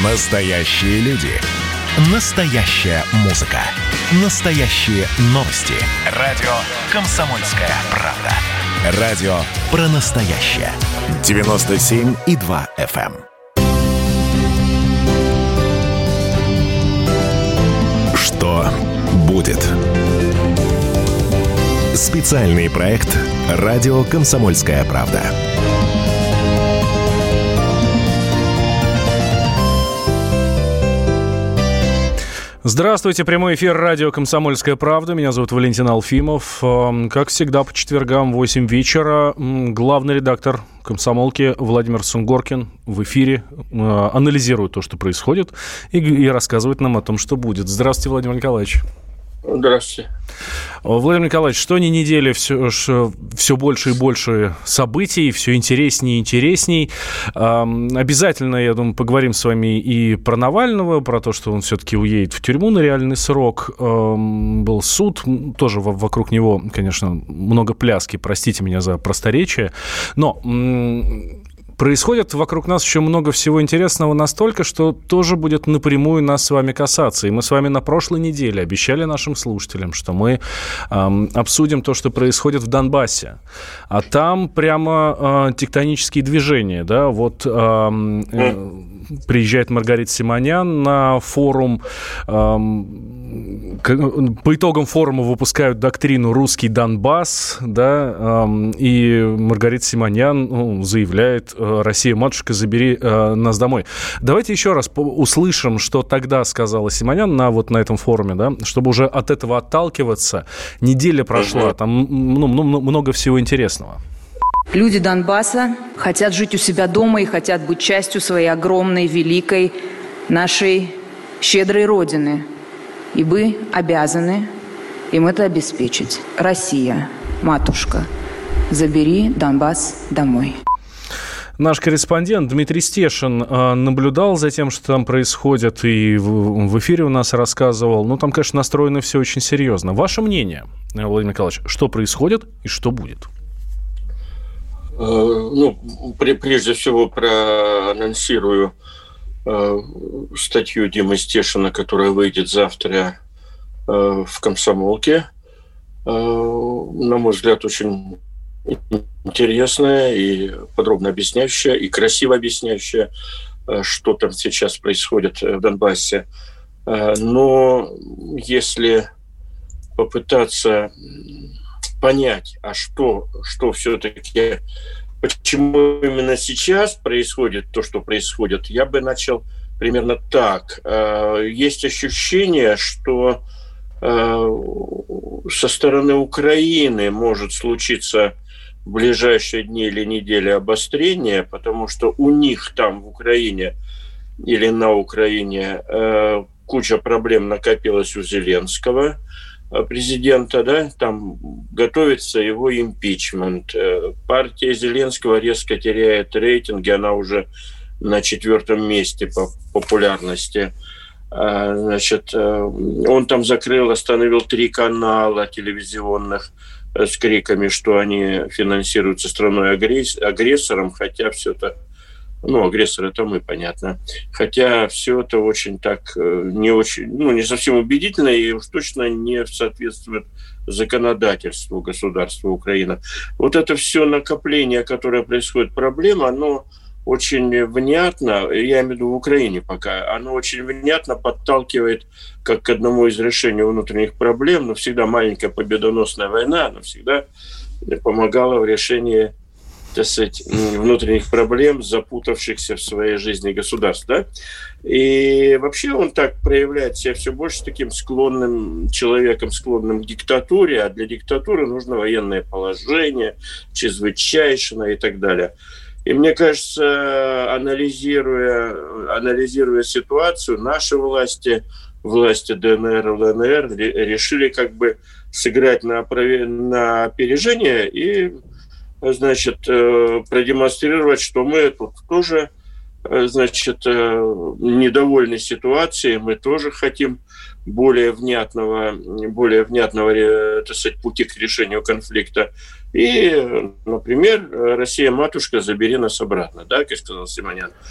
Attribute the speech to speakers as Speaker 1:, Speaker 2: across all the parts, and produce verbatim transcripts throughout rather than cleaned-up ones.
Speaker 1: Настоящие люди. Настоящая музыка. Настоящие новости. Радио «Комсомольская правда». Радио про настоящее. девяносто семь и два эф эм. Что будет? Специальный проект «Радио «Комсомольская правда».
Speaker 2: Здравствуйте, прямой эфир радио «Комсомольская правда». Меня зовут Валентин Алфимов. Как всегда, по четвергам в восемь вечера главный редактор «Комсомолки» Владимир Сунгоркин в эфире анализирует то, что происходит, и, и рассказывает нам о том, что будет. Здравствуйте, Владимир Николаевич.
Speaker 3: Здравствуйте.
Speaker 2: Владимир Николаевич, что ни неделя все, все больше и больше событий, все интереснее и интересней. Обязательно, я думаю, поговорим с вами и про Навального, про то, что он все-таки уедет в тюрьму на реальный срок. Был суд, тоже вокруг него, конечно, много пляски, простите меня за просторечие, но... происходит вокруг нас еще много всего интересного настолько, что тоже будет напрямую нас с вами касаться. И мы с вами на прошлой неделе обещали нашим слушателям, что мы эм, обсудим то, что происходит в Донбассе. А там прямо э, тектонические движения. Да? Вот эм, э, приезжает Маргарита Симонян на форум. Эм, по итогам форума выпускают доктрину «Русский Донбасс». Да? Эм, и Маргарита Симонян ну, заявляет... «Россия, матушка, забери э, нас домой». Давайте еще раз услышим, что тогда сказала Симонян на, вот на этом форуме, да, чтобы уже от этого отталкиваться. Неделя прошла, там ну, много всего интересного.
Speaker 4: Люди Донбасса хотят жить у себя дома и хотят быть частью своей огромной, великой, нашей щедрой Родины. И вы обязаны им это обеспечить. Россия, матушка, забери Донбасс домой.
Speaker 2: Наш корреспондент Дмитрий Стешин э, наблюдал за тем, что там происходит, и в, в эфире у нас рассказывал. Ну, там, конечно, настроено все очень серьезно. Ваше мнение, Владимир Николаевич, что происходит и что будет?
Speaker 3: Э, ну, при, прежде всего проанонсирую э, статью Димы Стешина, которая выйдет завтра э, в «Комсомолке». Э, на мой взгляд, очень... интересная и подробно объясняющая, и красиво объясняющая, что там сейчас происходит в Донбассе. Но если попытаться понять, а что, что все-таки, почему именно сейчас происходит то, что происходит, я бы начал примерно так. Есть ощущение, что со стороны Украины может случиться в ближайшие дни или недели обострение, потому что у них там в Украине или на Украине э, куча проблем накопилась у Зеленского э, президента, да, там готовится его импичмент. Э, партия Зеленского резко теряет рейтинги, она уже на четвертом месте по популярности. Э, значит, э, он там закрыл, остановил три канала телевизионных с криками, что они финансируются страной агрессором, хотя все это, ну, агрессор это мы, понятно, хотя все это очень так, не очень, ну, не совсем убедительно и уж точно не соответствует законодательству государства Украина. Вот это все накопление, которое происходит, проблема, оно очень внятно, я имею в виду в Украине пока, оно очень внятно подталкивает как к одному из решений внутренних проблем, но всегда маленькая победоносная война, она всегда помогала в решении, так сказать, внутренних проблем, запутавшихся в своей жизни государств. Да? И вообще он так проявляет себя все больше таким склонным человеком, склонным к диктатуре, а для диктатуры нужно военное положение, чрезвычайшее и так далее. И мне кажется, анализируя, анализируя ситуацию, наши власти, власти ДНР и ЛНР решили как бы сыграть на, на опережение и, значит, продемонстрировать, что мы тут тоже, значит, недовольны ситуацией, мы тоже хотим более внятного, более внятного, так сказать, пути к решению конфликта. И, например, «Россия, матушка, забери нас обратно», да, как сказал Симонян.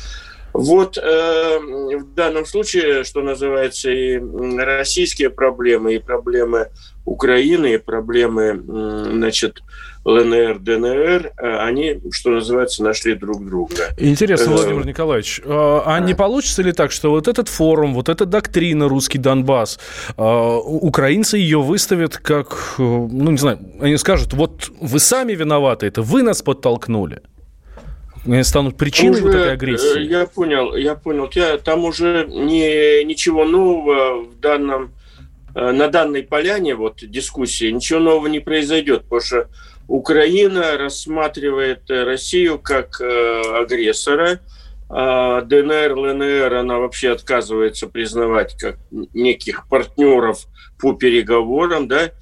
Speaker 3: Вот э, в данном случае, что называется, и российские проблемы, и проблемы Украины, и проблемы, значит, ЛНР, ДНР, они, что называется, нашли друг друга.
Speaker 2: Интересно, Владимир Николаевич, а не получится ли так, что вот этот форум, вот эта доктрина «Русский Донбасс», украинцы ее выставят как, ну, не знаю, они скажут, вот вы сами виноваты, это вы нас подтолкнули? Они станут причиной уже, вот этой агрессии?
Speaker 3: Я понял, я понял. Там уже не, ничего нового в данном, на данной поляне вот, дискуссии, ничего нового не произойдет, потому что Украина рассматривает Россию как э, агрессора, а ДНР, ЛНР она вообще отказывается признавать как неких партнеров по переговорам, да,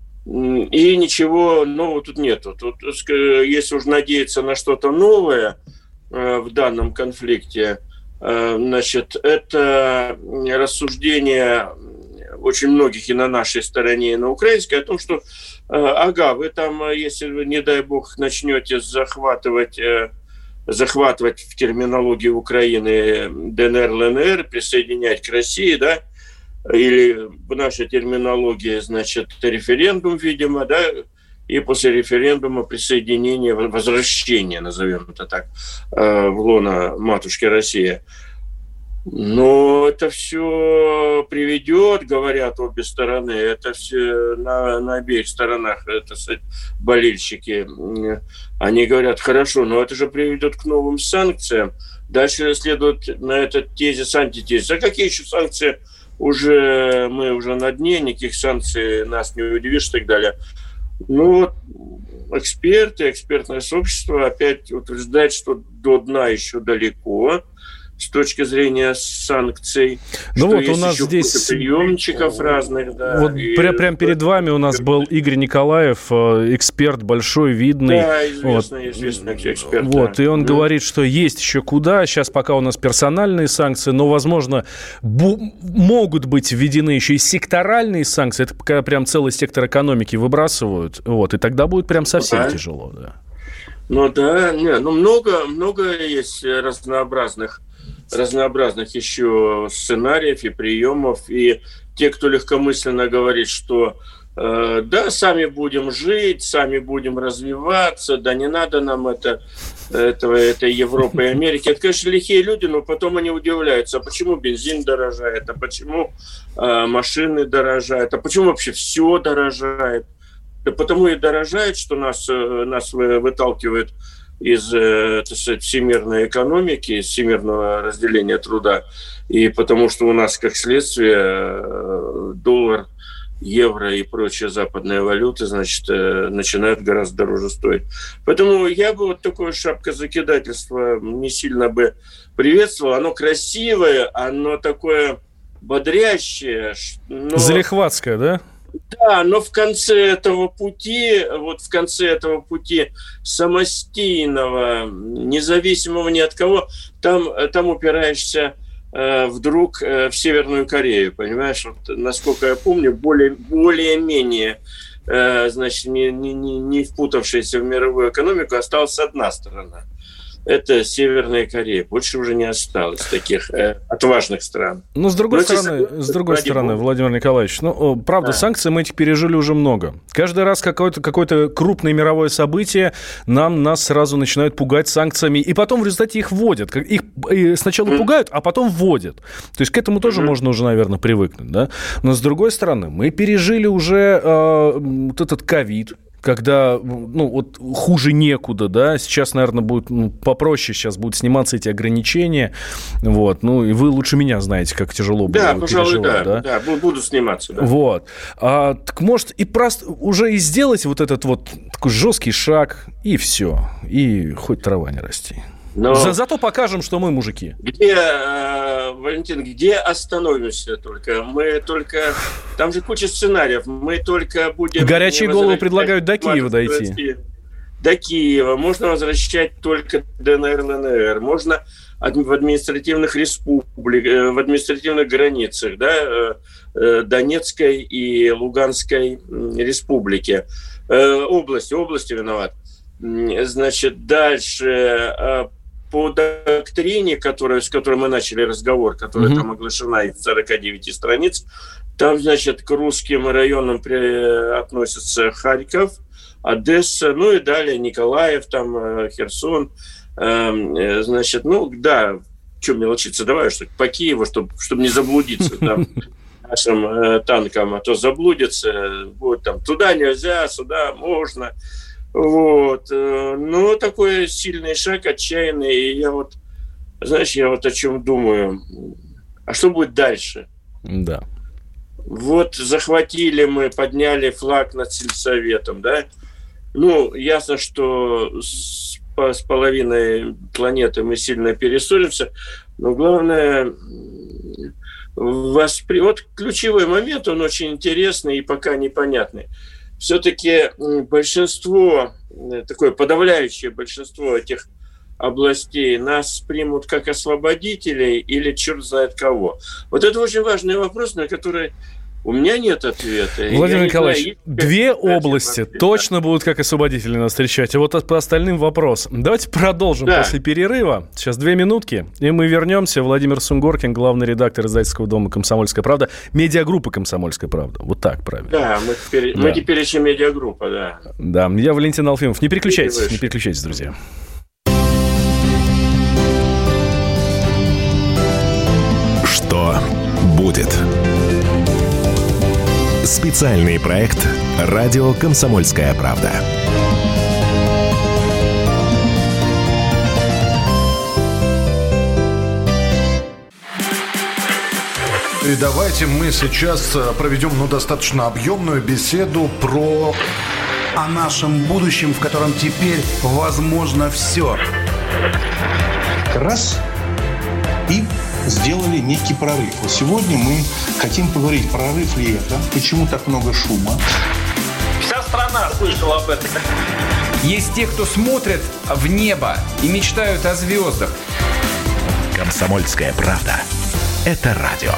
Speaker 3: и ничего нового тут нету. Тут, если уж надеяться на что-то новое э, в данном конфликте, э, значит, это рассуждение очень многих и на нашей стороне, и на украинской, о том, что, э, ага, вы там, если вы, не дай бог, начнете захватывать, э, захватывать в терминологии Украины ДНР, ЛНР, присоединять к России, да, или в нашей терминологии, значит, референдум, видимо, да, и после референдума присоединение, возвращение, назовем это так, э, в лоно матушки России. Но это все приведет, говорят обе стороны, это все на, на обеих сторонах, это болельщики, они говорят, хорошо, но это же приведет к новым санкциям. Дальше следует на этот тезис, антитезис. А какие еще санкции? Уже мы уже на дне, никаких санкций нас не удивишь и так далее. Ну вот эксперты, экспертное сообщество опять утверждают, что до дна еще далеко с точки зрения санкций.
Speaker 2: Ну вот у нас здесь
Speaker 3: приемчиков разных, да.
Speaker 2: Вот и... прям, прям перед вами у нас был Игорь Николаев, эксперт большой, видный.
Speaker 3: Да, известный, вот. известный эксперт.
Speaker 2: Вот,
Speaker 3: да.
Speaker 2: и он
Speaker 3: mm.
Speaker 2: говорит, что есть еще куда. Сейчас пока у нас персональные санкции, но, возможно, бу- могут быть введены еще и секторальные санкции. Это когда прям целый сектор экономики выбрасывают. Вот, и тогда будет прям совсем да. тяжело, да.
Speaker 3: Ну да, не, ну много, много есть разнообразных разнообразных еще сценариев и приемов. И те, кто легкомысленно говорит, что э, да, сами будем жить, сами будем развиваться, да не надо нам это, этого, этой Европы и Америки. Это, конечно, лихие люди, но потом они удивляются, а почему бензин дорожает, а почему э, машины дорожают, а почему вообще все дорожает. Да потому и дорожает, что нас, нас выталкивают из, так сказать, всемирной экономики, из всемирного разделения труда, и потому что у нас, как следствие, доллар, евро и прочие западные валюты, значит, начинают гораздо дороже стоить. Поэтому я бы вот такое шапкозакидательство не сильно бы приветствовал. Оно красивое, оно такое бодрящее. Но...
Speaker 2: Залихватское, да?
Speaker 3: Да, но в конце этого пути, вот в конце этого пути самостийного, независимого ни от кого, там, там упираешься э, вдруг э, в Северную Корею, понимаешь? Вот, насколько я помню, более, более-менее, э, значит, не, не, не впутавшаяся в мировую экономику, осталась одна сторона. Это Северная Корея. Больше уже не осталось таких э, отважных стран.
Speaker 2: Но с другой Но стороны, с другой стороны, Владимир Николаевич, ну, правда, а. санкции мы этих пережили уже много. Каждый раз какое-то, какое-то крупное мировое событие нам, нас сразу начинают пугать санкциями, и потом в результате их вводят. Их сначала mm. пугают, а потом вводят. То есть к этому тоже mm-hmm. можно уже, наверное, привыкнуть. Да? Но с другой стороны, мы пережили уже э, вот этот ковид, когда, ну, вот хуже некуда, да, сейчас, наверное, будет ну, попроще, сейчас будут сниматься эти ограничения, вот, ну, и вы лучше меня знаете, как тяжело было
Speaker 3: да, пожалуй,
Speaker 2: переживать,
Speaker 3: да,
Speaker 2: да,
Speaker 3: да, буду сниматься, да.
Speaker 2: Вот, а, так может и просто уже и сделать вот этот вот такой жесткий шаг, и все, и хоть трава не расти. Но За, зато покажем, что мы мужики.
Speaker 3: Где, э, Валентин, где остановимся только? Мы только... Там же куча сценариев. Мы только будем...
Speaker 2: Горячие головы предлагают до Киева дойти.
Speaker 3: До Киева. Можно возвращать только ДНР, ЛНР. Можно в административных республиках, в административных границах, да, Донецкой и Луганской республики. Области, области виноват. Значит, дальше... по доктрине, которая, с которой мы начали разговор, которая mm-hmm. там оглашена из сорока девяти страниц, там, значит, к русским районам при... относятся Харьков, Одесса, ну и далее Николаев, там, Херсон. Значит, ну, да, что мелочиться, давай, что по Киеву, чтобы, чтобы не заблудиться там нашим э, танкам, а то заблудятся, вот там, туда нельзя, сюда можно. Вот. Ну, такой сильный шаг, отчаянный. И я вот, знаешь, я вот о чем думаю. А что будет дальше?
Speaker 2: Да.
Speaker 3: Вот захватили мы, подняли флаг над сельсоветом, да? Ну, ясно, что с, по, с половиной планеты мы сильно перессоримся, но главное, воспри... вот ключевой момент, он очень интересный и пока непонятный. Все-таки большинство, такое подавляющее большинство этих областей нас примут как освободителей или черт знает кого. Вот это очень важный вопрос, на который у меня нет ответа.
Speaker 2: Владимир Николаевич, знаю, две области ответ, точно да. будут как освободители нас встречать. А вот по остальным вопрос. Давайте продолжим да. после перерыва. Сейчас две минутки, и мы вернемся. Владимир Сунгоркин, главный редактор издательского дома «Комсомольская правда», медиагруппы «Комсомольская правда». Вот так правильно.
Speaker 3: Да, мы теперь, да. мы теперь еще медиагруппа, да.
Speaker 2: Да, я Валентин Алфимов. Не переключайтесь, не переключайтесь, друзья.
Speaker 1: Что будет? Специальный проект «Радио Комсомольская правда».
Speaker 5: И давайте мы сейчас проведем ну, достаточно объемную беседу про...
Speaker 6: о нашем будущем, в котором теперь возможно все.
Speaker 7: Раз и сделали некий прорыв. Вот сегодня мы хотим поговорить, прорыв ли это, почему так много шума.
Speaker 8: Вся страна слышала об этом.
Speaker 9: Есть те, кто смотрят в небо и мечтают о звездах.
Speaker 1: «Комсомольская правда» — это радио.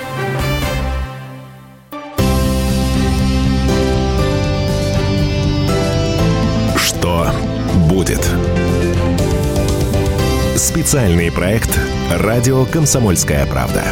Speaker 1: Что будет? Специальный проект «Радио Комсомольская правда».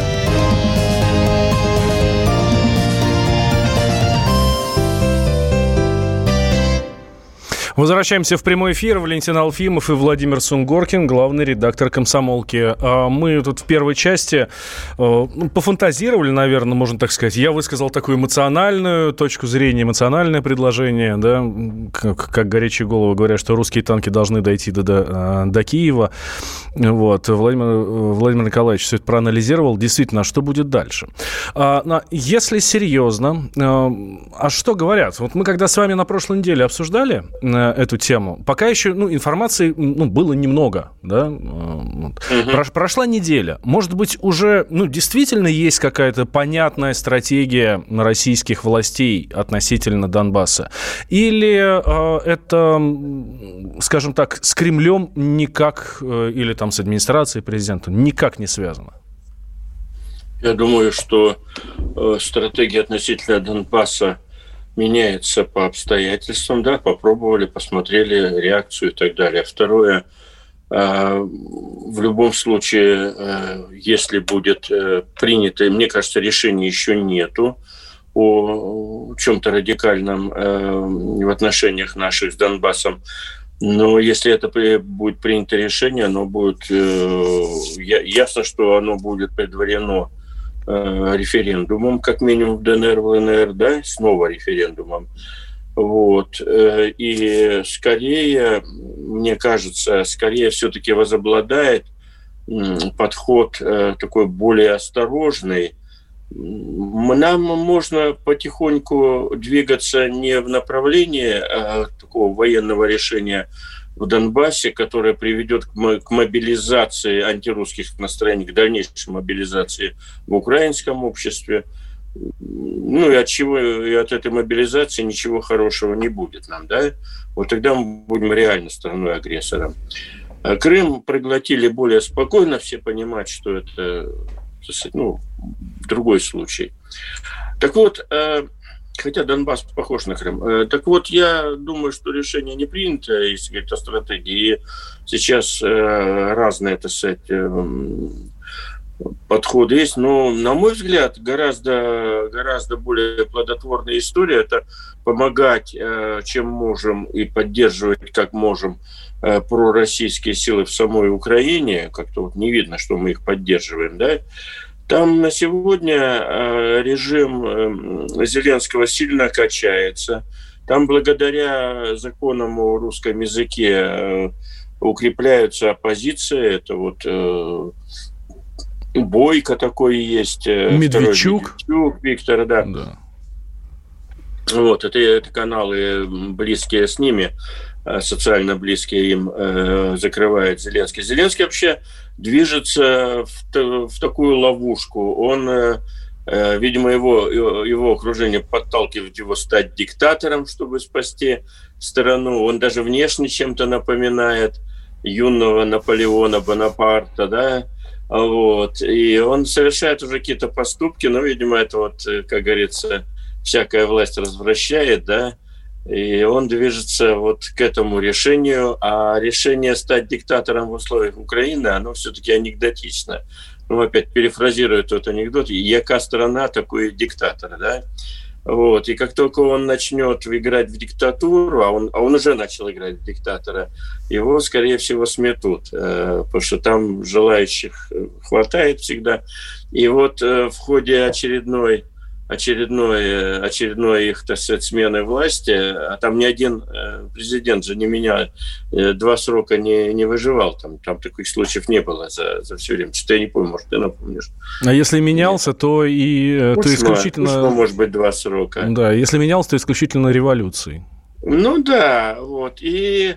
Speaker 2: Возвращаемся в прямой эфир. Валентин Алфимов и Владимир Сунгоркин, главный редактор «Комсомолки». Мы тут в первой части ну, пофантазировали, наверное, можно так сказать. Я высказал такую эмоциональную точку зрения, эмоциональное предложение, да, как, как горячие головы говорят, что русские танки должны дойти до, до, до Киева. Вот. Владимир, Владимир Николаевич все это проанализировал. Действительно, а что будет дальше? А, если серьезно, а что говорят? Вот мы когда с вами на прошлой неделе обсуждали эту тему. Пока еще ну, информации ну, было немного. Да? Вот. Угу. Прош, прошла неделя. Может быть, уже ну, действительно есть какая-то понятная стратегия российских властей относительно Донбасса? Или э, это, скажем так, с Кремлем никак, э, или там с администрацией президента никак не связано?
Speaker 3: Я думаю, что э, стратегия относительно Донбасса меняется по обстоятельствам, да, попробовали, посмотрели реакцию и так далее. Второе, в любом случае, если будет принято, мне кажется, решения еще нету о чем-то радикальном в отношениях наших с Донбассом, но если это будет принято решение, оно будет ясно, что оно будет предварено референдумом, как минимум в ДНР, в ЛНР, да, снова референдумом. Вот. И скорее, мне кажется, скорее все-таки возобладает подход такой более осторожный. Нам можно потихоньку двигаться не в направлении такого военного решения в Донбассе, которое приведет к мобилизации антирусских настроений, к дальнейшей мобилизации в украинском обществе. Ну и от чего, и от этой мобилизации ничего хорошего не будет нам, да? Вот тогда мы будем реально страной-агрессором. А Крым проглотили более спокойно, все понимают, что это ну, другой случай. Так вот, Хотя Донбасс похож на Крым. Так вот, я думаю, что решение не принято, если говорить о стратегии. И сейчас разные, так сказать, подходы есть. Но, на мой взгляд, гораздо, гораздо более плодотворная история – это помогать, чем можем, и поддерживать, как можем, пророссийские силы в самой Украине. Как-то вот не видно, что мы их поддерживаем, да? Там на сегодня режим Зеленского сильно качается. Там благодаря законам о русском языке укрепляются оппозиции. Это вот Бойко такой есть.
Speaker 2: Медведчук.
Speaker 3: Медведчук Виктор, да. да. Вот, это, это каналы близкие с ними, социально близкие им, э, закрывает Зеленский. Зеленский вообще движется в, в такую ловушку. Он, э, видимо, его, его окружение подталкивает его стать диктатором, чтобы спасти страну. Он даже внешне чем-то напоминает юного Наполеона Бонапарта, да, вот. И он совершает уже какие-то поступки, но, видимо, это вот, как говорится, всякая власть развращает, да, и он движется вот к этому решению, а решение стать диктатором в условиях Украины, оно все-таки анекдотично. Ну, опять перефразирую тот анекдот, яка страна, такой и диктатор, да. Вот. И как только он начнет играть в диктатуру, а он, а он уже начал играть в диктатора, его, скорее всего, сметут, э, потому что там желающих хватает всегда. И вот э, в ходе очередной Очередной, очередной их, так сказать, смены власти, а там ни один президент же не менял, два срока не, не выживал, там, там таких случаев не было за, за все время. Что-то я не помню, может, ты напомнишь.
Speaker 2: А если менялся, то и
Speaker 3: Пушма,
Speaker 2: то исключительно...
Speaker 3: Пушма, может быть, два срока.
Speaker 2: Да, если менялся, то исключительно революцией.
Speaker 3: Ну да, вот. И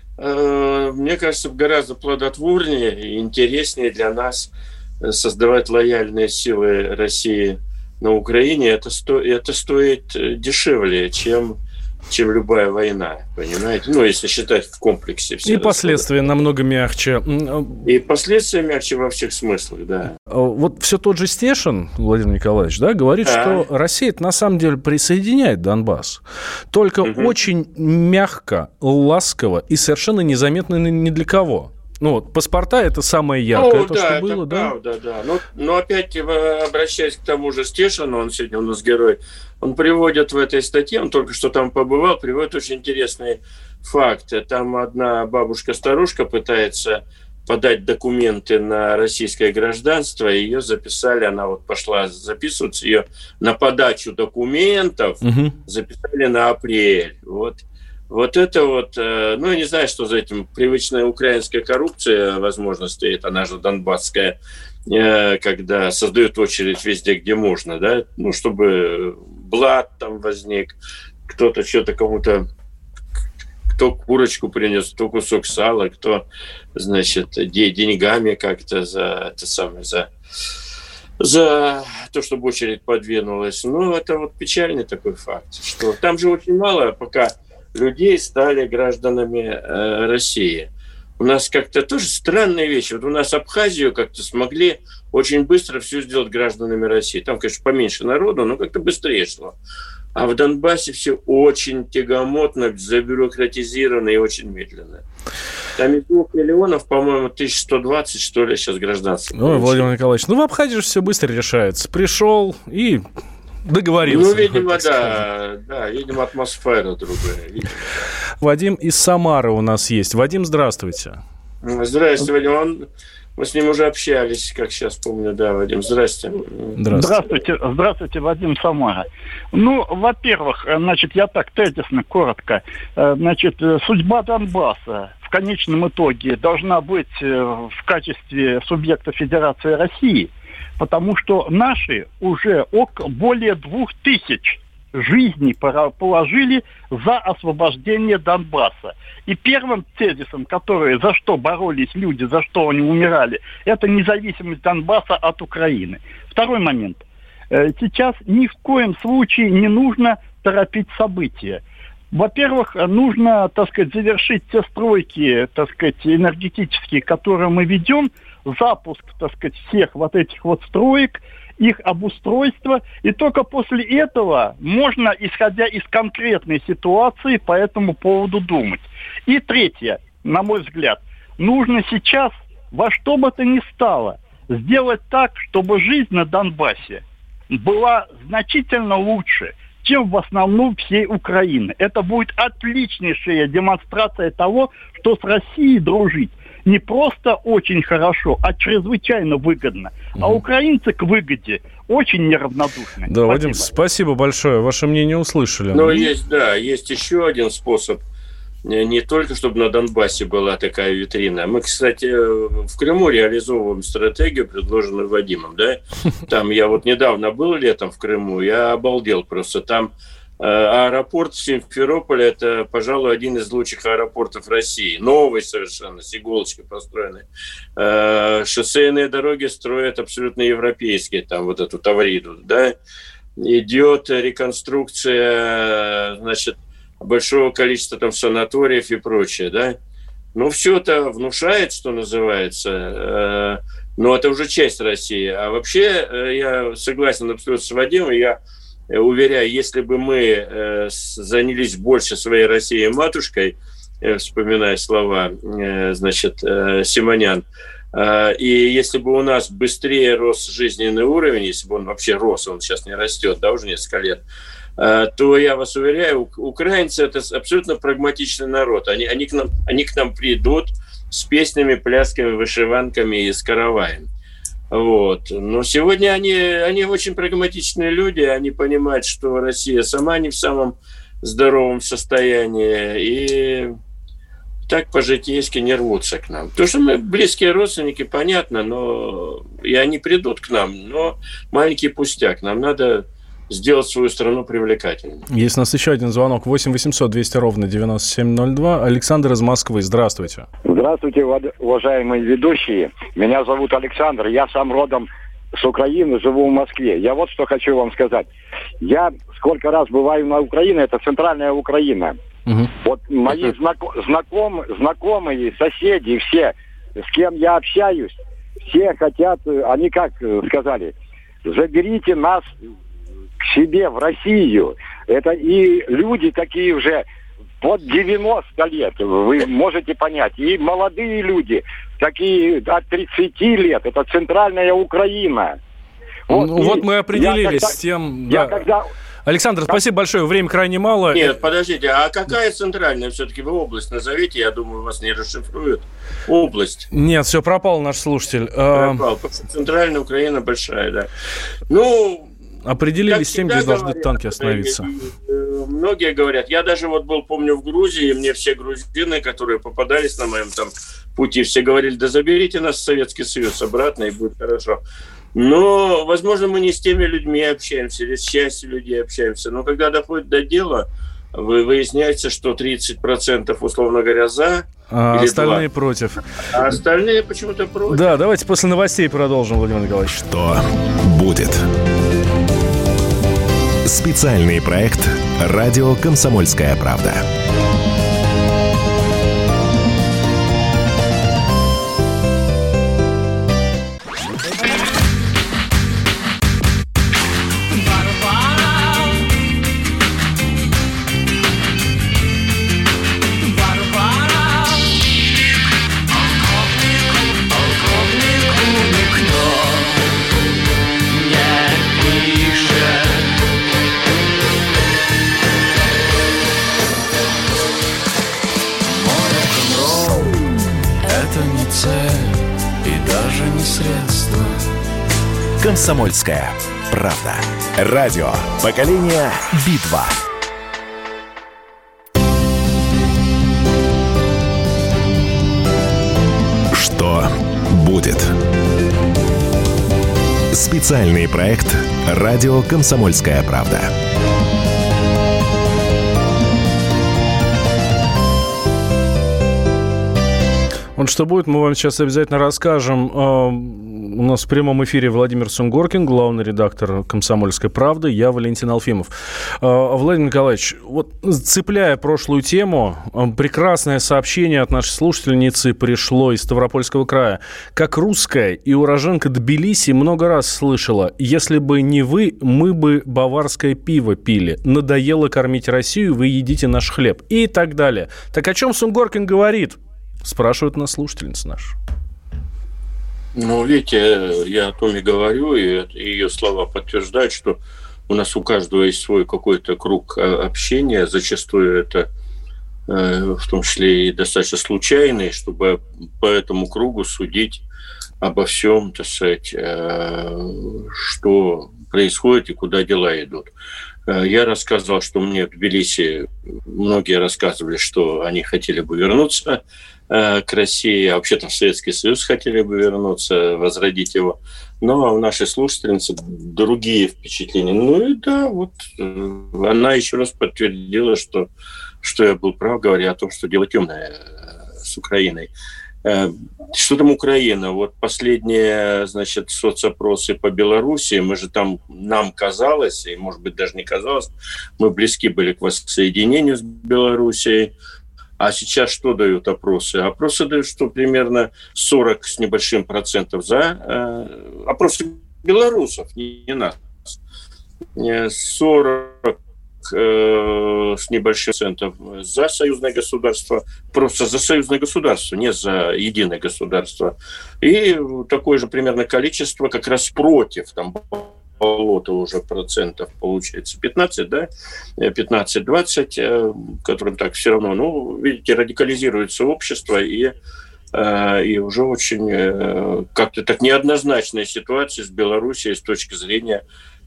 Speaker 3: э, мне кажется, гораздо плодотворнее и интереснее для нас создавать лояльные силы России на Украине. Это, сто, это стоит дешевле, чем, чем любая война, понимаете? Ну, если считать в комплексе. Все
Speaker 2: и последствия намного мягче.
Speaker 3: И последствия мягче во всех смыслах, да.
Speaker 2: Вот все тот же Стешин, Владимир Николаевич, да, говорит, да. что Россия на самом деле присоединяет Донбасс. Только угу. очень мягко, ласково и совершенно незаметно ни для кого. Ну вот, паспорта – это самое яркое, ну, то, да, что было, да?
Speaker 3: Правда, да. Но, но опять, обращаясь к тому же Стешину, он сегодня у нас герой, он приводит в этой статье, он только что там побывал, приводит очень интересные факты. Там одна бабушка-старушка пытается подать документы на российское гражданство, и ее записали, она вот пошла записываться, ее на подачу документов угу. записали на апрель, вот. Вот это вот, ну, я не знаю, что за этим. Привычная украинская коррупция, возможно, стоит, она же донбасская, когда создают очередь везде, где можно, да, ну, чтобы блат там возник, кто-то что-то кому-то, кто курочку принес, кто кусок сала, кто, значит, деньгами как-то за это самое, за... за то, чтобы очередь подвинулась. Ну, это вот печальный такой факт, что там же очень мало пока людей стали гражданами э, России. У нас как-то тоже странные вещи. Вот у нас Абхазию как-то смогли очень быстро все сделать гражданами России. Там, конечно, поменьше народу, но как-то быстрее шло. А в Донбассе все очень тягомотно, забюрократизировано и очень медленно. Там из двух миллионов, по-моему, тысяча сто двадцать, что ли, сейчас гражданских.
Speaker 2: Ой, Владимир Николаевич, ну в Абхазии же все быстро решается. Пришел и... договорился.
Speaker 3: Ну, видимо, да, да, видимо, атмосфера другая. Видимо.
Speaker 2: Вадим из Самары у нас есть. Вадим, здравствуйте.
Speaker 3: Здравствуйте, Вадим. Он, мы с ним уже общались, как сейчас помню, да, Вадим. Здравствуйте.
Speaker 10: Здравствуйте. Здравствуйте, здравствуйте, Вадим, Самара. Ну, во-первых, значит, я так тезисно, коротко. Значит, судьба Донбасса в конечном итоге должна быть в качестве субъекта Федерации России. Потому что наши уже около более двух тысяч жизней положили за освобождение Донбасса. И первым тезисом, который, за что боролись люди, за что они умирали, это независимость Донбасса от Украины. Второй момент. Сейчас ни в коем случае не нужно торопить события. Во-первых, нужно, так сказать, завершить те стройки, так сказать, энергетические, которые мы ведем, запуск, так сказать, всех вот этих вот строек их обустройство, и только после этого можно, исходя из конкретной ситуации, по этому поводу думать. И третье, на мой взгляд, нужно сейчас во что бы то ни стало сделать так, чтобы жизнь на Донбассе была значительно лучше, чем в основном всей Украины. Это будет отличнейшая демонстрация того, что с Россией дружить не просто очень хорошо, а чрезвычайно выгодно. Mm-hmm. А украинцы к выгоде очень неравнодушны.
Speaker 2: Да,
Speaker 10: спасибо.
Speaker 2: Вадим, спасибо большое. Ваше мнение услышали.
Speaker 3: Ну, есть, да, есть еще один способ. Не только чтобы на Донбассе была такая витрина. Мы, кстати, в Крыму реализовываем стратегию, предложенную Вадимом. Да? Там я вот недавно был летом в Крыму, я обалдел просто. Там э, аэропорт Симферополя – это, пожалуй, один из лучших аэропортов России. Новый совершенно, с иголочки построенный. Э, шоссейные дороги строят абсолютно европейские, там вот эту Тавриду. Да? Идет реконструкция, значит, большого количества там санаториев и прочее, да. Ну, все это внушает, что называется, но это уже часть России. А вообще, я согласен абсолютно с Вадимом, я уверяю, если бы мы занялись больше своей Россией матушкой, вспоминая слова, значит, Симонян, и если бы у нас быстрее рос жизненный уровень, если бы он вообще рос, он сейчас не растет, да, уже несколько лет, то я вас уверяю, украинцы – это абсолютно прагматичный народ. Они, они, к нам, они к нам придут с песнями, плясками, вышиванками и с караваем. Вот. Но сегодня они, они очень прагматичные люди, они понимают, что Россия сама не в самом здоровом состоянии, и так по-житейски не рвутся к нам. То, что мы близкие родственники, понятно, но и они придут к нам, но маленький пустяк. Нам надо сделать свою страну привлекательной.
Speaker 2: Есть у нас еще один звонок. восемь восемьсот двести ровно девяносто семь ноль два. Александр из Москвы. Здравствуйте.
Speaker 11: Здравствуйте, уважаемые ведущие. Меня зовут Александр. Я сам родом с Украины, живу в Москве. Я вот что хочу вам сказать. Я сколько раз бываю на Украине, это центральная Украина. Угу. Вот мои знако- знаком- знакомые, соседи, все, с кем я общаюсь, все хотят, они как сказали, заберите нас к себе в Россию. Это и люди такие уже под девяносто лет, вы можете понять. И молодые люди, такие от тридцати лет. Это центральная Украина.
Speaker 2: Вот, ну, вот мы определились когда, с тем...
Speaker 11: Я
Speaker 2: да.
Speaker 11: когда...
Speaker 2: Александр, спасибо большое. Времени крайне мало.
Speaker 3: Нет, подождите, а какая центральная? Все-таки вы область назовите, я думаю, вас не расшифруют. Область.
Speaker 2: Нет, все, пропал наш слушатель.
Speaker 3: Пропал. Центральная Украина большая, да. Ну...
Speaker 2: Определились с тем, где должны говорят, танки остановиться.
Speaker 3: Многие говорят, я даже вот был, помню, в Грузии, и мне все грузины, которые попадались на моем там пути, все говорили, да заберите нас в Советский Союз обратно, и будет хорошо. Но, возможно, мы не с теми людьми общаемся, или с частью людей общаемся. Но когда доходит до дела, выясняется, что тридцать процентов, условно говоря, за,
Speaker 2: а остальные два. Против.
Speaker 3: А остальные почему-то против.
Speaker 2: Да, давайте после новостей продолжим, Владимир Николаевич.
Speaker 1: Что будет? Специальный проект «Радио Комсомольская правда». «Комсомольская правда». Радио поколения Би-два. Что будет? Специальный проект «Радио Комсомольская правда».
Speaker 2: Вот что будет, мы вам сейчас обязательно расскажем. У нас в прямом эфире Владимир Сунгоркин, главный редактор «Комсомольской правды», я Валентин Алфимов. Владимир Николаевич, вот цепляя прошлую тему, прекрасное сообщение от нашей слушательницы пришло из Ставропольского края. Как русская и уроженка Тбилиси много раз слышала: если бы не вы, мы бы баварское пиво пили. Надоело кормить Россию, вы едите наш хлеб. И так далее. Так о чем Сунгоркин говорит? Спрашивает нас слушательница наша.
Speaker 3: Ну, видите, я о том и говорю, и ее слова подтверждают, что у нас у каждого есть свой какой-то круг общения. Зачастую это в том числе и достаточно случайный, чтобы по этому кругу судить обо всем, так сказать, что происходит и куда дела идут. Я рассказывал, что мне в Тбилиси многие рассказывали, что они хотели бы вернуться к России, а вообще-то в Советский Союз хотели бы вернуться, возродить его. Но у нашей слушательницы другие впечатления. Ну и да, вот она еще раз подтвердила, что, что я был прав, говоря о том, что дело темное с Украиной. Что там Украина? Вот последние, значит, соцопросы по Беларуси, мы же там, нам казалось, и, может быть, даже не казалось, мы близки были к воссоединению с Белоруссией. А сейчас что дают опросы? Опросы дают, что примерно сорок с небольшим процентов за. Э, опросы белорусов, не, не нас. сорок э, с небольшим процентов за союзное государство. Просто за союзное государство, не за единое государство. И такое же примерно количество как раз против. Там болото уже процентов получается пятнадцать, да, пятнадцать-двадцать, которым так все равно, ну, видите, радикализируется общество, и, и уже очень как-то так неоднозначная ситуация с Белоруссией с точки зрения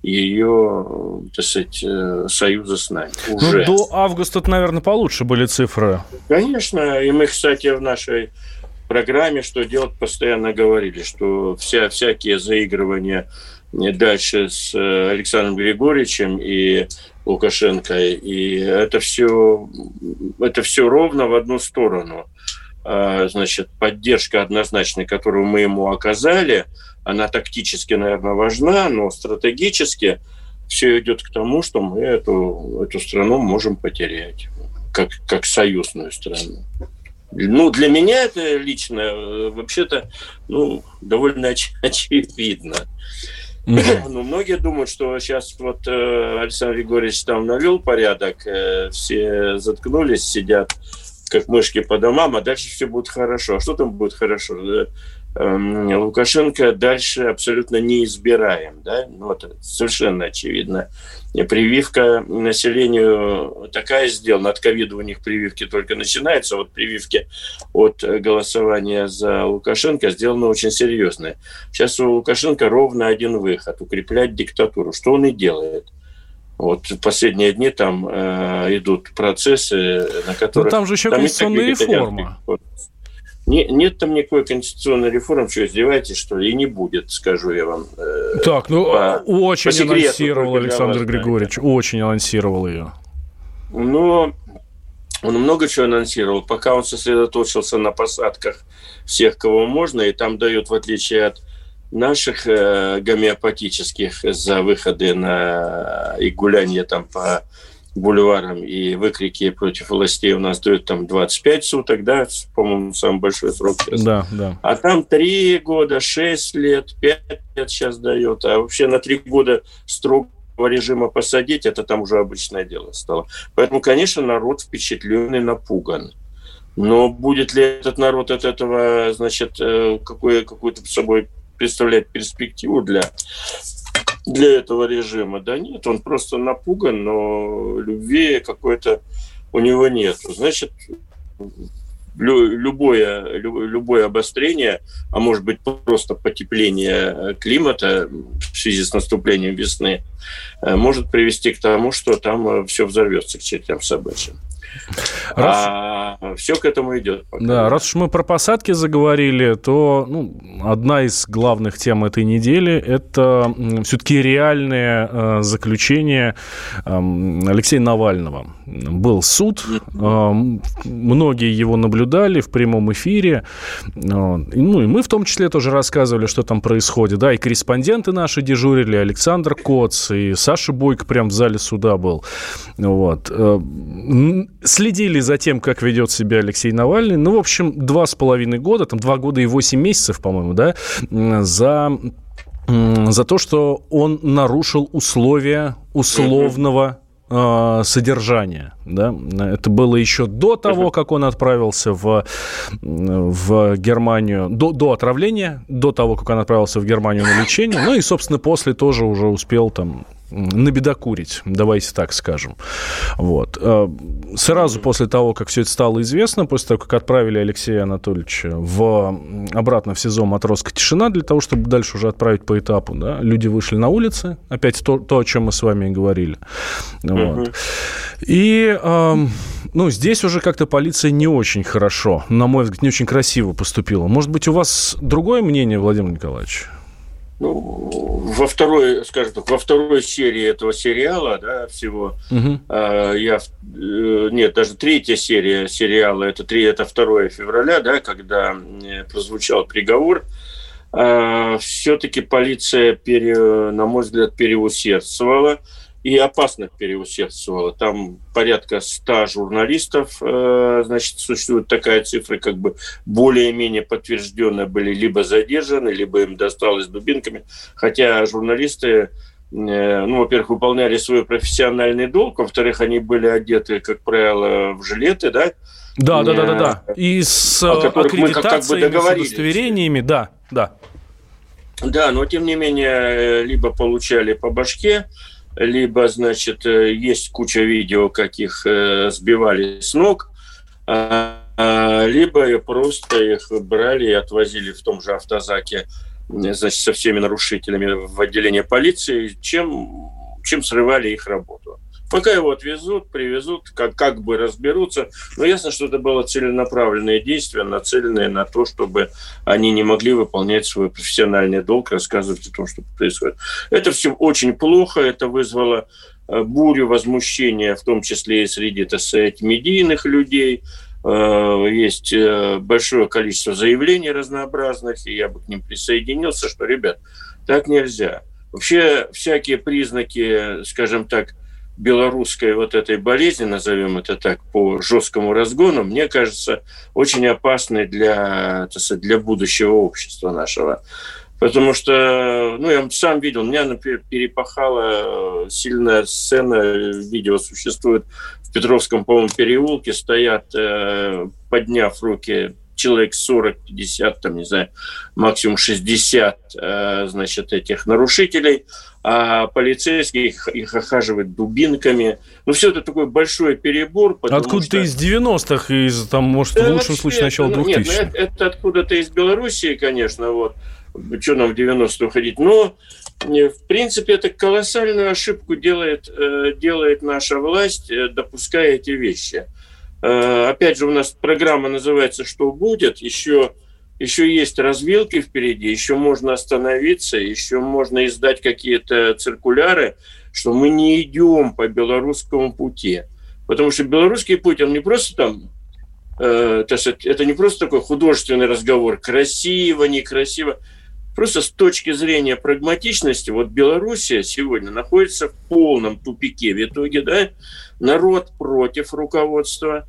Speaker 3: ее, так сказать, союза с нами. Уже.
Speaker 2: Ну, до августа, наверное, получше были цифры.
Speaker 3: Конечно, и мы, кстати, в нашей программе «Что делать» постоянно говорили, что вся, всякие заигрывания дальше с Александром Григорьевичем и Лукашенко, и это все, это все ровно в одну сторону. Значит, поддержка однозначная, которую мы ему оказали, она тактически, наверное, важна, но стратегически все идет к тому, что мы эту, эту страну можем потерять, как, как союзную страну. Ну, для меня это лично, вообще-то, ну, довольно оч- очевидно. Mm-hmm. Ну, многие думают, что сейчас вот э, Александр Григорьевич там навел порядок, э, все заткнулись, сидят как мышки по домам, а дальше все будет хорошо. А что там будет хорошо? Э, э, Лукашенко дальше абсолютно неизбираем, да? Ну, это совершенно очевидно. И прививка населению такая сделана, от ковида у них прививки только начинаются, вот прививки от голосования за Лукашенко сделаны очень серьезные. Сейчас у Лукашенко ровно один выход – укреплять диктатуру, что он и делает. Вот в последние дни там э, идут процессы, на которые...
Speaker 2: Но там же еще там конституционная реформа.
Speaker 3: Не, нет там никакой конституционной реформы, что издеваетесь, что ли, и не будет, скажу я вам. Э,
Speaker 2: так, ну,
Speaker 3: по,
Speaker 2: очень
Speaker 3: по секрету,
Speaker 2: анонсировал Александр Григорьевич, да. Очень анонсировал ее.
Speaker 3: Но он много чего анонсировал, пока он сосредоточился на посадках всех, кого можно, и там дают, в отличие от наших э, гомеопатических, за выходы на и гуляние там по бульварам и выкрики против властей у нас дают там двадцать пять суток, да, по-моему, самый большой срок сейчас.
Speaker 2: Да, да.
Speaker 3: А там три года, шесть лет, пять лет сейчас дает. А вообще на три года строгого режима посадить, это там уже обычное дело стало. Поэтому, конечно, народ впечатленный, напуган. Но будет ли этот народ от этого, значит, какую, какую-то собой представлять перспективу для... для этого режима? Да нет, он просто напуган, но любви какой-то у него нет. Значит, любое, любое обострение, а может быть просто потепление климата в связи с наступлением весны, может привести к тому, что там все взорвется к чертям собачьим.
Speaker 2: Раз...
Speaker 3: А все к этому идет. Пока.
Speaker 2: Да, раз уж мы про посадки заговорили, то ну, одна из главных тем этой недели – это все-таки реальное э, заключение э, Алексея Навального. Был суд, э, многие его наблюдали в прямом эфире. Э, ну, и мы в том числе тоже рассказывали, что там происходит. Да, и корреспонденты наши дежурили, Александр Коц, и Саша Бойко прям в зале суда был. Вот. Э, следили за тем, как ведет себя Алексей Навальный. Ну, в общем, два с половиной года, там два года и восемь месяцев, по-моему, да, за, за то, что он нарушил условия условного э, содержания. Да? Это было еще до того, как он отправился в, в Германию, до, до отравления, до того, как он отправился в Германию на лечение. Ну и, собственно, после тоже уже успел там набедокурить, давайте так скажем. Вот. Сразу после того, как все это стало известно, после того, как отправили Алексея Анатольевича в, обратно в СИЗО «Матросская тишина» для того, чтобы дальше уже отправить по этапу, да, люди вышли на улицы, опять то, то о чем мы с вами и говорили. Вот. И э, ну, здесь уже как-то полиция не очень хорошо, на мой взгляд, не очень красиво поступила. Может быть, у вас другое мнение, Владимир Николаевич?
Speaker 3: Ну, во второй, скажем так, во второй серии этого сериала, да, всего, угу. э, я, э, нет, даже третья серия сериала, это, три, это второе февраля, да, когда э, прозвучал приговор, э, все-таки полиция, пере, на мой взгляд, переусердствовала. И опасно переусердствовала. Там порядка ста журналистов, э, значит, существует такая цифра, как бы более-менее подтвержденные были либо задержаны, либо им досталось дубинками. Хотя журналисты, э, ну, во-первых, выполняли свой профессиональный долг, во-вторых, они были одеты, как правило, в жилеты, да?
Speaker 2: Да, да, да, да, да. И с аккредитациями, как бы с удостоверениями, да, да.
Speaker 3: Да, но тем не менее, либо получали по башке, либо, значит, есть куча видео, как их сбивали с ног, либо просто их брали и отвозили в том же автозаке, значит, со всеми нарушителями в отделение полиции, чем, чем срывали их работу. Пока его отвезут, привезут, как, как бы разберутся. Но ясно, что это было целенаправленное действие, нацеленное на то, чтобы они не могли выполнять свой профессиональный долг, рассказывать о том, что происходит. Это все очень плохо, это вызвало бурю возмущения, в том числе и среди, так сказать, медийных людей. Есть большое количество заявлений разнообразных, и я бы к ним присоединился, что, ребят, так нельзя. Вообще всякие признаки, скажем так, белорусской вот этой болезни, назовем это так, по жесткому разгону, мне кажется, очень опасной для, так сказать, для будущего общества нашего. Потому что, ну, я сам видел, меня, например, перепахала сильная сцена, видео существует в Петровском, по-моему, переулке, стоят, подняв руки, человек сорок-пятьдесят, там, не знаю, максимум шестьдесят, значит, этих нарушителей, а полицейские их, их охаживают дубинками. Ну, все это такой большой перебор.
Speaker 2: Откуда-то что... из девяностых, из, там, может, да, в лучшем случае, начала двухтысячных.
Speaker 3: Нет, ну, это, это откуда-то из Белоруссии, конечно, вот. Что нам в девяностые уходить? Но, в принципе, это колоссальную ошибку делает, делает наша власть, допуская эти вещи. Опять же, у нас программа называется «Что будет?». Еще, еще есть развилки впереди, еще можно остановиться, еще можно издать какие-то циркуляры, что мы не идем по белорусскому пути. Потому что белорусский путь, он не просто там, э, это не просто такой художественный разговор, красиво, некрасиво. Просто с точки зрения прагматичности, вот Белоруссия сегодня находится в полном тупике в итоге, да, народ против руководства,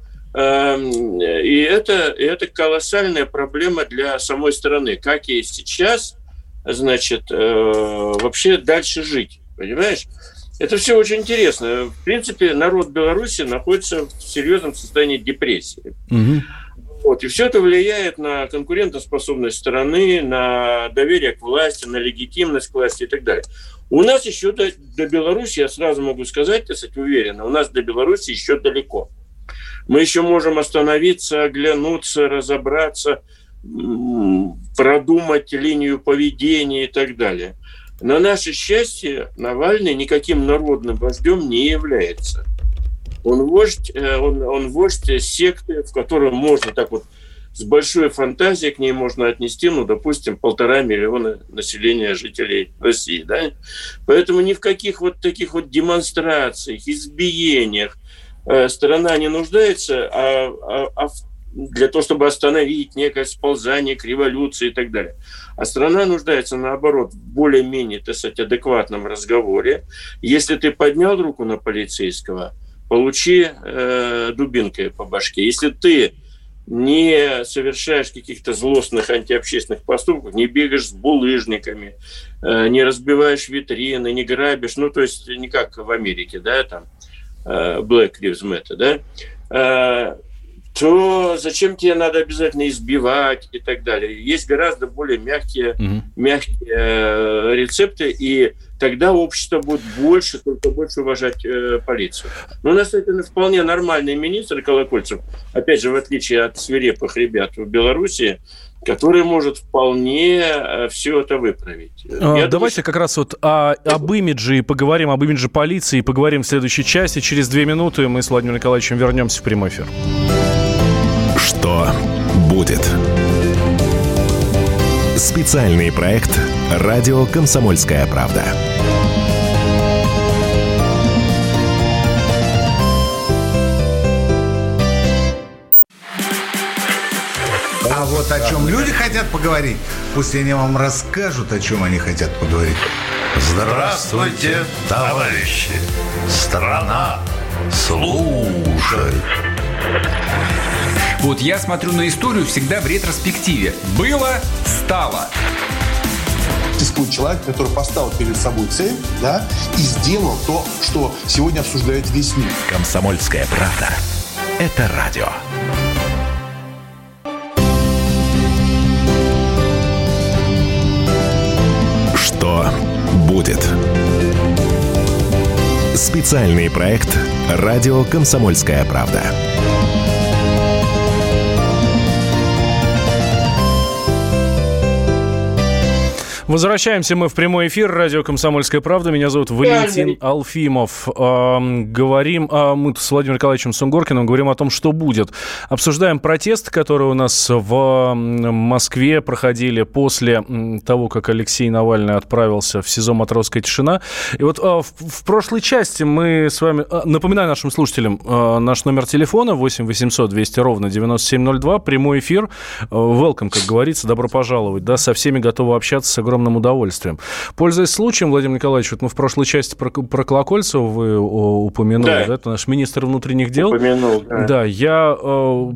Speaker 3: и это, это колоссальная проблема для самой страны, как ей сейчас, значит, вообще дальше жить, понимаешь? Это все очень интересно. В принципе, народ Беларуси находится в серьезном состоянии депрессии. Угу. Вот, и все это влияет на конкурентоспособность страны, на доверие к власти, на легитимность к власти и так далее. У нас еще до, до Беларуси, я сразу могу сказать, так сказать, уверенно, у нас до Беларуси еще далеко. Мы еще можем остановиться, оглянуться, разобраться, продумать линию поведения и так далее. На наше счастье, Навальный никаким народным вождем не является. Он вождь, он, он вождь секты, в которой можно так вот с большой фантазией к ней можно отнести, ну, допустим, полтора миллиона населения жителей России, да? Поэтому ни в каких вот таких вот демонстрациях, избиениях э, страна не нуждается, а, а, а для того, чтобы остановить некое сползание к революции и так далее. А страна нуждается, наоборот, в более-менее, так сказать, адекватном разговоре. Если ты поднял руку на полицейского, получи э, дубинкой по башке. Если ты не совершаешь каких-то злостных антиобщественных поступков, не бегаешь с булыжниками, э, не разбиваешь витрины, не грабишь, ну, то есть не как в Америке, да, там, э, Black Lives Matter, да, э, то зачем тебе надо обязательно избивать и так далее. Есть гораздо более мягкие, mm-hmm. мягкие э, рецепты, и тогда общество будет больше, только больше уважать э, полицию. Но у нас это вполне нормальный министр Колокольцев, опять же, в отличие от свирепых ребят в Беларуси, который может вполне э, все это выправить.
Speaker 2: А, давайте думаю, как раз вот о, об имидже поговорим, об имидже полиции, поговорим в следующей части. Через две минуты мы с Владимиром Николаевичем вернемся в прямой эфир.
Speaker 1: Что будет? Специальный проект «Радио Комсомольская правда».
Speaker 6: А вот о чем люди хотят поговорить, пусть они вам расскажут, о чем они хотят поговорить.
Speaker 12: Здравствуйте, товарищи! Страна слушает.
Speaker 9: Вот я смотрю на историю всегда в ретроспективе. Было, стало.
Speaker 7: Существует человек, который поставил перед собой цель, да, и сделал то, что сегодня обсуждает весь мир.
Speaker 1: «Комсомольская правда» — это радио. Что будет? Специальный проект «Радио Комсомольская правда».
Speaker 2: Возвращаемся мы в прямой эфир. Радио «Комсомольская правда». Меня зовут Валентин Алфимов. Эм, говорим, э, мы с Владимиром Николаевичем Сунгоркиным говорим о том, что будет. Обсуждаем протесты, которые у нас в Москве проходили после того, как Алексей Навальный отправился в СИЗО «Матросская тишина». И вот э, в, в прошлой части мы с вами... Э, напоминаю нашим слушателям, э, наш номер телефона восемь восемьсот двести ровно девяносто семь ноль два. Прямой эфир. Э, welcome, как говорится. Добро пожаловать. Да, со всеми готовы общаться с огромным удовольствием. Пользуясь случаем, Владимир Николаевич, вот мы в прошлой части про, про Колокольцева вы о, упомянули, да. Да, это наш министр внутренних дел.
Speaker 3: Упомянул, да.
Speaker 2: Да, я э,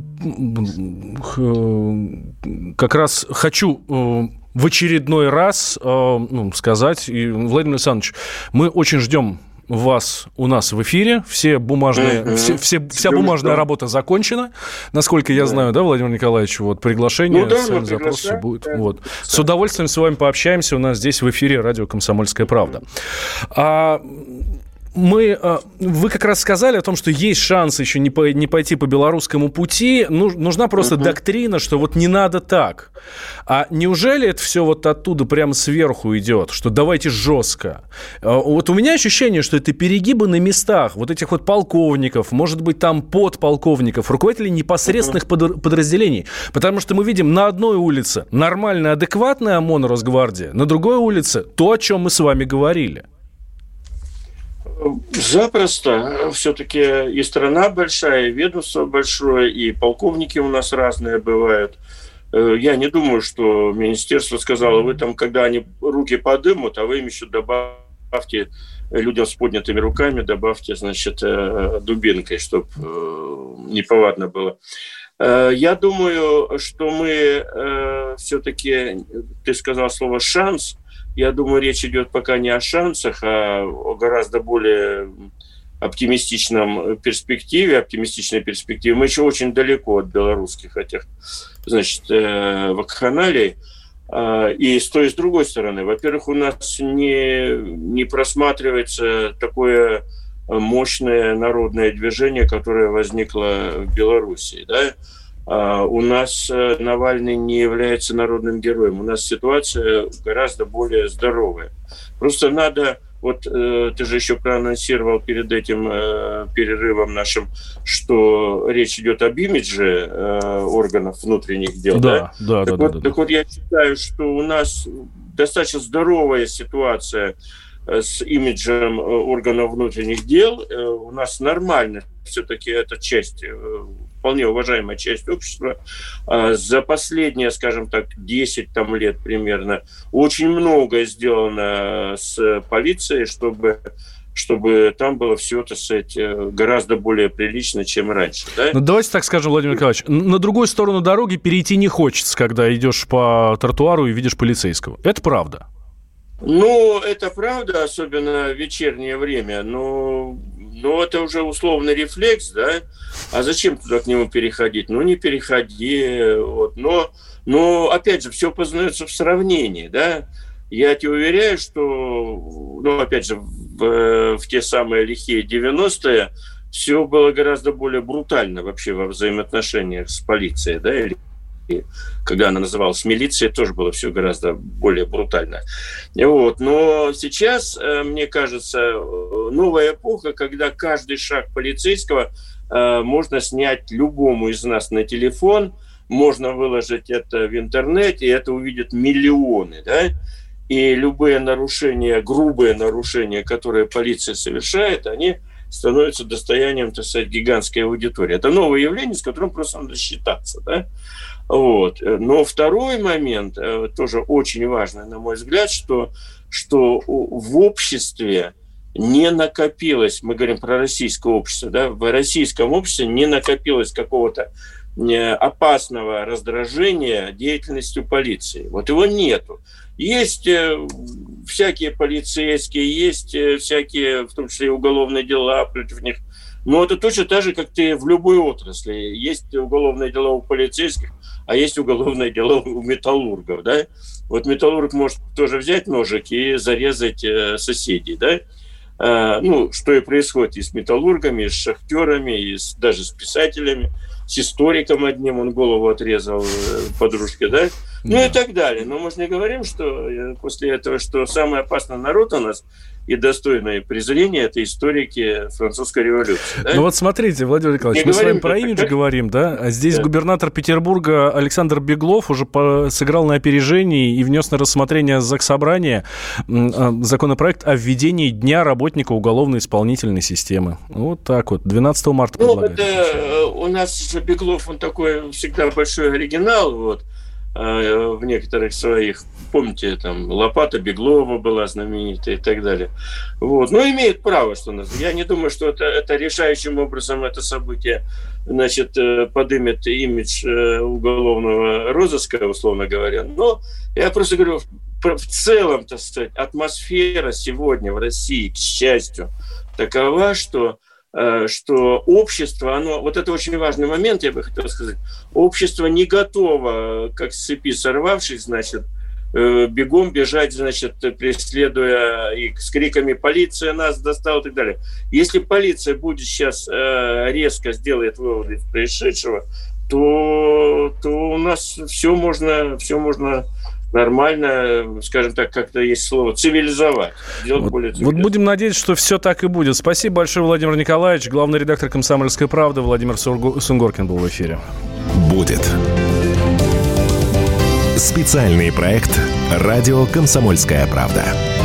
Speaker 2: э, как раз хочу э, в очередной раз э, ну, сказать, и, Владимир Александрович, мы очень ждем вас у нас в эфире. Все бумажные, mm-hmm. все, все, вся бумажная что? работа закончена. Насколько я да. знаю, да, Владимир Николаевич, вот приглашение,
Speaker 3: ну, да,
Speaker 2: с вами запрос будет. Да. Вот. С удовольствием с вами пообщаемся. У нас здесь в эфире радио «Комсомольская правда». А... Мы, вы как раз сказали о том, что есть шанс еще не, по, не пойти по белорусскому пути. Ну, нужна просто uh-huh. доктрина, что вот не надо так. А неужели это все вот оттуда прямо сверху идет, что давайте жестко? Вот у меня ощущение, что это перегибы на местах вот этих вот полковников, может быть, там подполковников, руководителей непосредственных uh-huh. подразделений. Потому что мы видим на одной улице нормальная, адекватная ОМОН, Росгвардия, на другой улице то, о чем мы с вами говорили.
Speaker 3: Запросто. Все-таки и страна большая, и ведомство большое, и полковники у нас разные бывают. Я не думаю, что министерство сказало, вы там, когда они руки подымут, а вы им еще добавьте людям с поднятыми руками, добавьте, значит, дубинкой, чтобы неповадно было. Я думаю, что мы все-таки, ты сказал слово «шанс», я думаю, речь идет пока не о шансах, а о гораздо более оптимистичном перспективе, оптимистичной перспективе. Мы еще очень далеко от белорусских этих, значит, вакханалий. И с той, и с другой стороны. Во-первых, у нас не, не просматривается такое мощное народное движение, которое возникло в Беларуси, да? Uh, у нас uh, Навальный не является народным героем. У нас ситуация гораздо более здоровая. Просто надо Вот э, ты же еще проанонсировал перед этим э, перерывом нашим, что речь идет об имидже э, органов внутренних дел. Да, да, да. Так, да, вот, да, да. так вот я считаю, что у нас достаточно здоровая ситуация с имиджем органов внутренних дел. У нас нормально все-таки эта часть, вполне уважаемая часть общества. За последние, скажем так, десять там, лет примерно очень многое сделано с полицией, чтобы... чтобы там было все, так сказать, гораздо более прилично, чем раньше. Да?
Speaker 2: Ну, давайте так скажем, Владимир Николаевич. На другую сторону дороги перейти не хочется, когда идешь по тротуару и видишь полицейского. Это правда?
Speaker 3: Ну, это правда, особенно в вечернее время, но, но это уже условный рефлекс, да? А зачем туда к нему переходить? Ну, не переходи. Вот. Но, но, опять же, все познается в сравнении, да? Я тебе уверяю, что, ну, опять же, в, в те самые лихие девяностые все было гораздо более брутально вообще во взаимоотношениях с полицией, да, или когда она называлась милицией, тоже было все гораздо более брутально. Вот. Но сейчас, мне кажется, новая эпоха, когда каждый шаг полицейского можно снять любому из нас на телефон, можно выложить это в интернет, и это увидят миллионы, да? И любые нарушения, грубые нарушения, которые полиция совершает, они становятся достоянием, так сказать, гигантской аудитории. Это новое явление, с которым просто надо считаться, да? Вот. Но второй момент, тоже очень важный, на мой взгляд, что, что в обществе не накопилось, мы говорим про российское общество, да, в российском обществе не накопилось какого-то опасного раздражения деятельностью полиции. Вот его нету. Есть всякие полицейские, есть всякие, в том числе и уголовные дела против них. Но это точно так же, как ты в любой отрасли. Есть уголовные дела у полицейских, а есть уголовные дела у металлургов, да? Вот металлург может тоже взять ножик и зарезать э, соседей, да? А, ну, что и происходит и с металлургами, и с шахтерами, и с, даже с писателями, с историком одним он голову отрезал э, подружке, да? Ну да. И так далее. Но мы же не говорим, что э, после этого, что самый опасный народ у нас и достойное презрения — это историки французской революции. Да?
Speaker 2: Ну вот смотрите, Владимир Николаевич, не мы говорим, с вами про имидж как... говорим, да? А здесь да. губернатор Петербурга Александр Беглов уже по... сыграл на опережении и внес на рассмотрение Заксобрания законопроект о введении Дня работника уголовно-исполнительной системы. Вот так вот, двенадцатого марта
Speaker 3: ну,
Speaker 2: предлагается.
Speaker 3: Это, у нас же Беглов, он такой всегда большой оригинал, вот. В некоторых своих, помните, там Лопата Беглова была знаменитая и так далее. Вот. Но имеет право, что нас. Я не думаю, что это, это решающим образом это событие, значит, подымет имидж уголовного розыска, условно говоря. Но я просто говорю, в целом, так сказать, атмосфера сегодня в России, к счастью, такова, что что общество, оно, вот это очень важный момент, я бы хотел сказать, общество не готово, как с цепи сорвавшись, значит, бегом бежать, значит, преследуя и с криками «полиция нас достала» и так далее. Если полиция будет сейчас резко сделает выводы из происшедшего, то, то у нас все можно, все можно нормально, скажем так, как-то есть слово, цивилизовать.
Speaker 2: Вот, более цивилизовать. Вот будем надеяться, что все так и будет. Спасибо большое, Владимир Николаевич. Главный редактор «Комсомольской правды» Владимир Сунгоркин был в эфире.
Speaker 1: Будет. Специальный проект «Радио Комсомольская правда».